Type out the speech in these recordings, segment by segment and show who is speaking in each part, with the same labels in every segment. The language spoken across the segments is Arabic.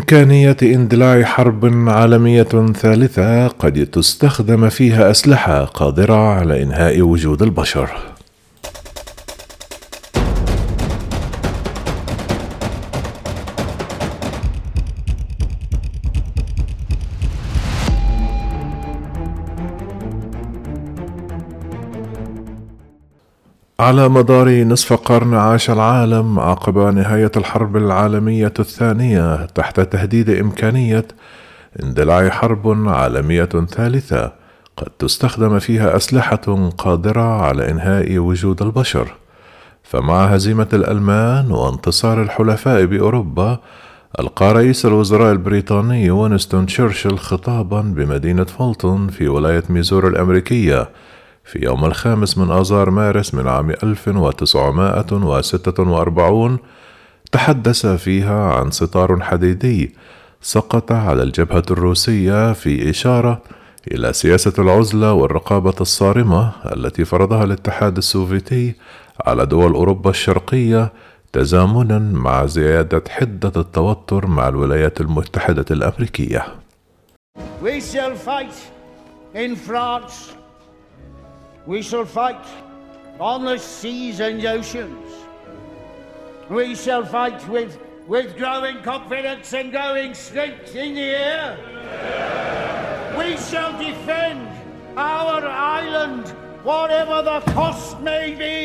Speaker 1: بإمكانية اندلاع حرب عالمية ثالثة قد تستخدم فيها أسلحة قادرة على إنهاء وجود البشر. على مدار نصف قرن عاش العالم عقب نهاية الحرب العالمية الثانية تحت تهديد إمكانية اندلاع حرب عالمية ثالثة قد تستخدم فيها أسلحة قادرة على إنهاء وجود البشر. فمع هزيمة الألمان وانتصار الحلفاء بأوروبا، ألقى رئيس الوزراء البريطاني وينستون تشرشل خطابا بمدينة فولتون في ولاية ميزور الأمريكية في يوم 5 من آذار مارس من عام 1946، تحدث فيها عن ستار حديدي سقط على الجبهة الروسية في إشارة إلى سياسة العزلة والرقابة الصارمة التي فرضها الاتحاد السوفيتي على دول أوروبا الشرقية، تزامنا مع زيادة حدة التوتر مع الولايات المتحدة الأمريكية.
Speaker 2: We shall fight in France. We shall fight on the seas and oceans. We shall fight with growing confidence and growing strength in the air. We shall defend our island, whatever the cost may be.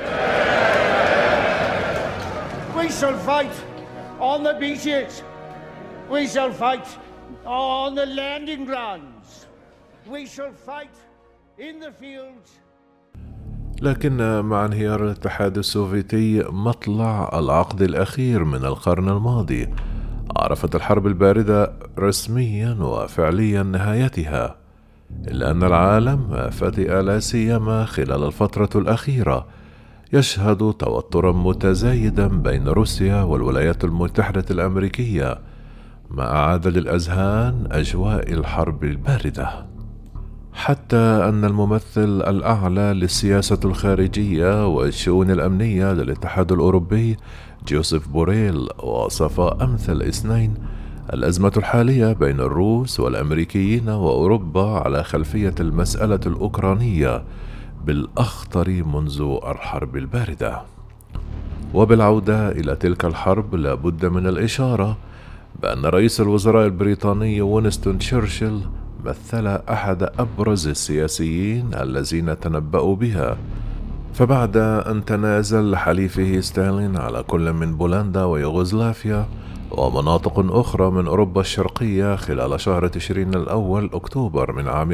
Speaker 2: We shall fight on the beaches. We shall fight on the landing grounds. We shall fight in the fields.
Speaker 1: لكن مع انهيار الاتحاد السوفيتي مطلع العقد الأخير من القرن الماضي، عرفت الحرب الباردة رسميا وفعليا نهايتها، إلا أن العالم فتئ لا سيما خلال الفترة الأخيرة يشهد توترا متزايدا بين روسيا والولايات المتحدة الأمريكية، ما أعاد للأذهان أجواء الحرب الباردة، حتى أن الممثل الأعلى للسياسة الخارجية والشؤون الأمنية للاتحاد الأوروبي جوزيف بوريل وصف أمثل اثنين الأزمة الحالية بين الروس والأمريكيين وأوروبا على خلفية المسألة الأوكرانية بالأخطر منذ الحرب الباردة. وبالعودة إلى تلك الحرب، لا بد من الإشارة بأن رئيس الوزراء البريطاني وينستون تشرشل مثل أحد أبرز السياسيين الذين تنبأوا بها. فبعد أن تنازل حليفه ستالين على كل من بولندا ويوغوسلافيا ومناطق أخرى من أوروبا الشرقية خلال شهر تشرين الأول أكتوبر من عام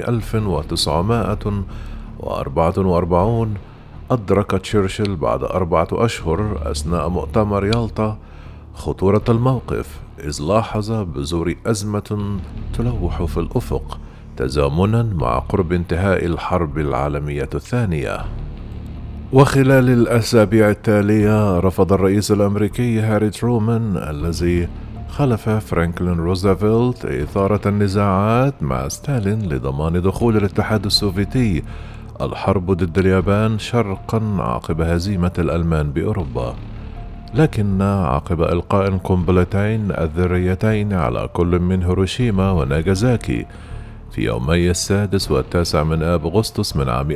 Speaker 1: 1944، أدرك تشرشل بعد 4 أشهر أثناء مؤتمر يالطا خطورة الموقف، إذ لاحظ بزور أزمة تلوح في الأفق تزامنا مع قرب انتهاء الحرب العالمية الثانية. وخلال الأسابيع التالية رفض الرئيس الأمريكي هاري ترومان الذي خلف فرانكلين روزفلت إثارة النزاعات مع ستالين لضمان دخول الاتحاد السوفيتي الحرب ضد اليابان شرقا عقب هزيمة الألمان بأوروبا. لكن عقب إلقاء قنبلتين الذريتين على كل من هيروشيما وناغازاكي في يومي 6 و9 من آب أغسطس من عام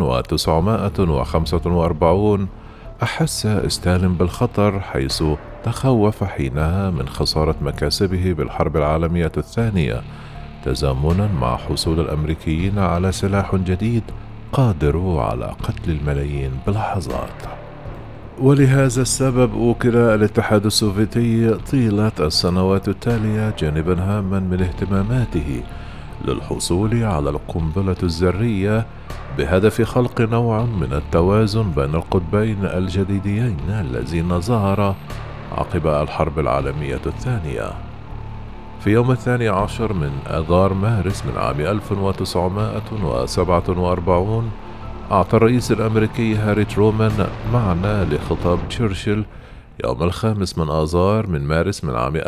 Speaker 1: 1945، أحس ستالين بالخطر، حيث تخوف حينها من خسارة مكاسبه بالحرب العالمية الثانية، تزامنا مع حصول الأمريكيين على سلاح جديد قادر على قتل الملايين بلحظات. ولهذا السبب أوكل الاتحاد السوفيتي طيلة السنوات التالية جانبا هاما من اهتماماته للحصول على القنبلة الذرية بهدف خلق نوع من التوازن بين القطبين الجديدين الذين ظهر عقب الحرب العالمية الثانية. في يوم 12 من آذار مارس من عام 1947 أعطى الرئيس الأمريكي هاري ترومان معنى لخطاب تشرشل يوم 5 من آذار من مارس من عام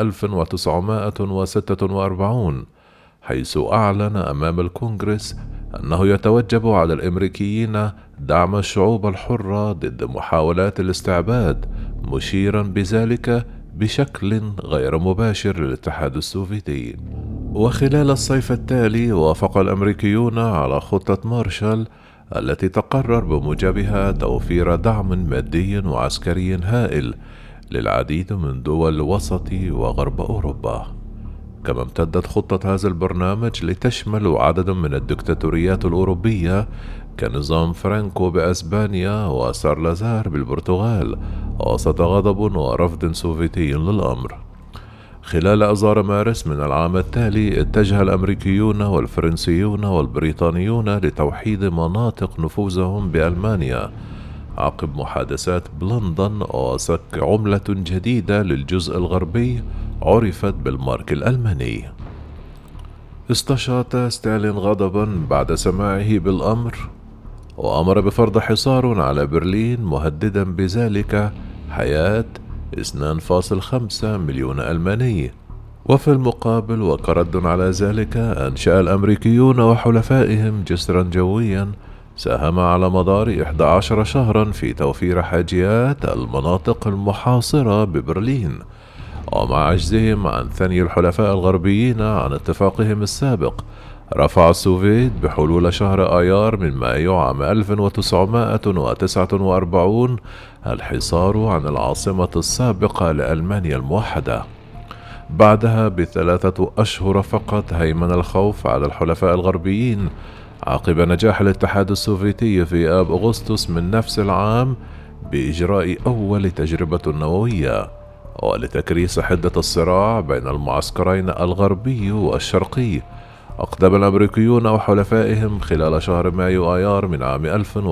Speaker 1: 1946، حيث أعلن أمام الكونغرس أنه يتوجب على الأمريكيين دعم الشعوب الحرة ضد محاولات الاستعباد، مشيرا بذلك بشكل غير مباشر للاتحاد السوفيتي. وخلال الصيف التالي وافق الأمريكيون على خطة مارشال التي تقرر بموجبها توفير دعم مادي وعسكري هائل للعديد من دول وسط وغرب أوروبا. كما امتدت خطة هذا البرنامج لتشمل عددا من الدكتاتوريات الأوروبية كنظام فرانكو بأسبانيا وسارلازار بالبرتغال، وسط غضب ورفض سوفيتي للأمر. خلال آذار مارس من العام التالي اتجه الأمريكيون والفرنسيون والبريطانيون لتوحيد مناطق نفوذهم بألمانيا عقب محادثات بلندن وسك عملة جديدة للجزء الغربي عرفت بالمارك الألماني. استشاط ستالين غضبا بعد سماعه بالأمر، وأمر بفرض حصار على برلين مهددا بذلك حياة 2.5 مليون ألماني. وفي المقابل وكرد على ذلك أنشأ الأمريكيون وحلفائهم جسرا جويا ساهم على مدار 11 شهرا في توفير حاجيات المناطق المحاصرة ببرلين، ومع عجزهم عن ثني الحلفاء الغربيين عن اتفاقهم السابق، رفع السوفيت بحلول شهر آيار من مايو عام 1949 الحصار عن العاصمة السابقة لألمانيا الموحدة. بعدها ب3 أشهر فقط هيمن الخوف على الحلفاء الغربيين عقب نجاح الاتحاد السوفيتي في آب أغسطس من نفس العام بإجراء أول تجربة نووية. ولتكريس حدة الصراع بين المعسكرين الغربي والشرقي، أقدم الأمريكيون وحلفائهم خلال شهر مايو آيار من عام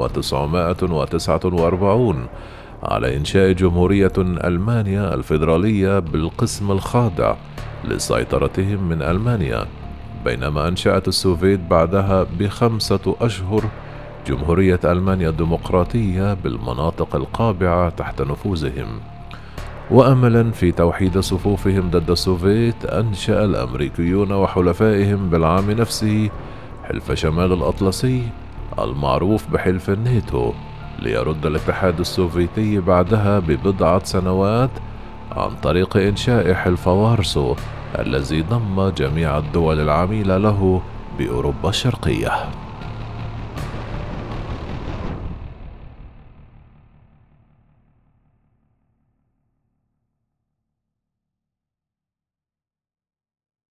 Speaker 1: 1949 على إنشاء جمهورية ألمانيا الفيدرالية بالقسم الخاضع لسيطرتهم من ألمانيا، بينما أنشأت السوفيت بعدها ب5 أشهر جمهورية ألمانيا الديمقراطية بالمناطق القابعة تحت نفوذهم. وأملا في توحيد صفوفهم ضد السوفيت، أنشأ الأمريكيون وحلفائهم بالعام نفسه حلف شمال الأطلسي المعروف بحلف الناتو، ليرد الاتحاد السوفيتي بعدها ب1 سنوات عن طريق إنشاء حلف وارسو الذي ضم جميع الدول العميلة له بأوروبا الشرقية.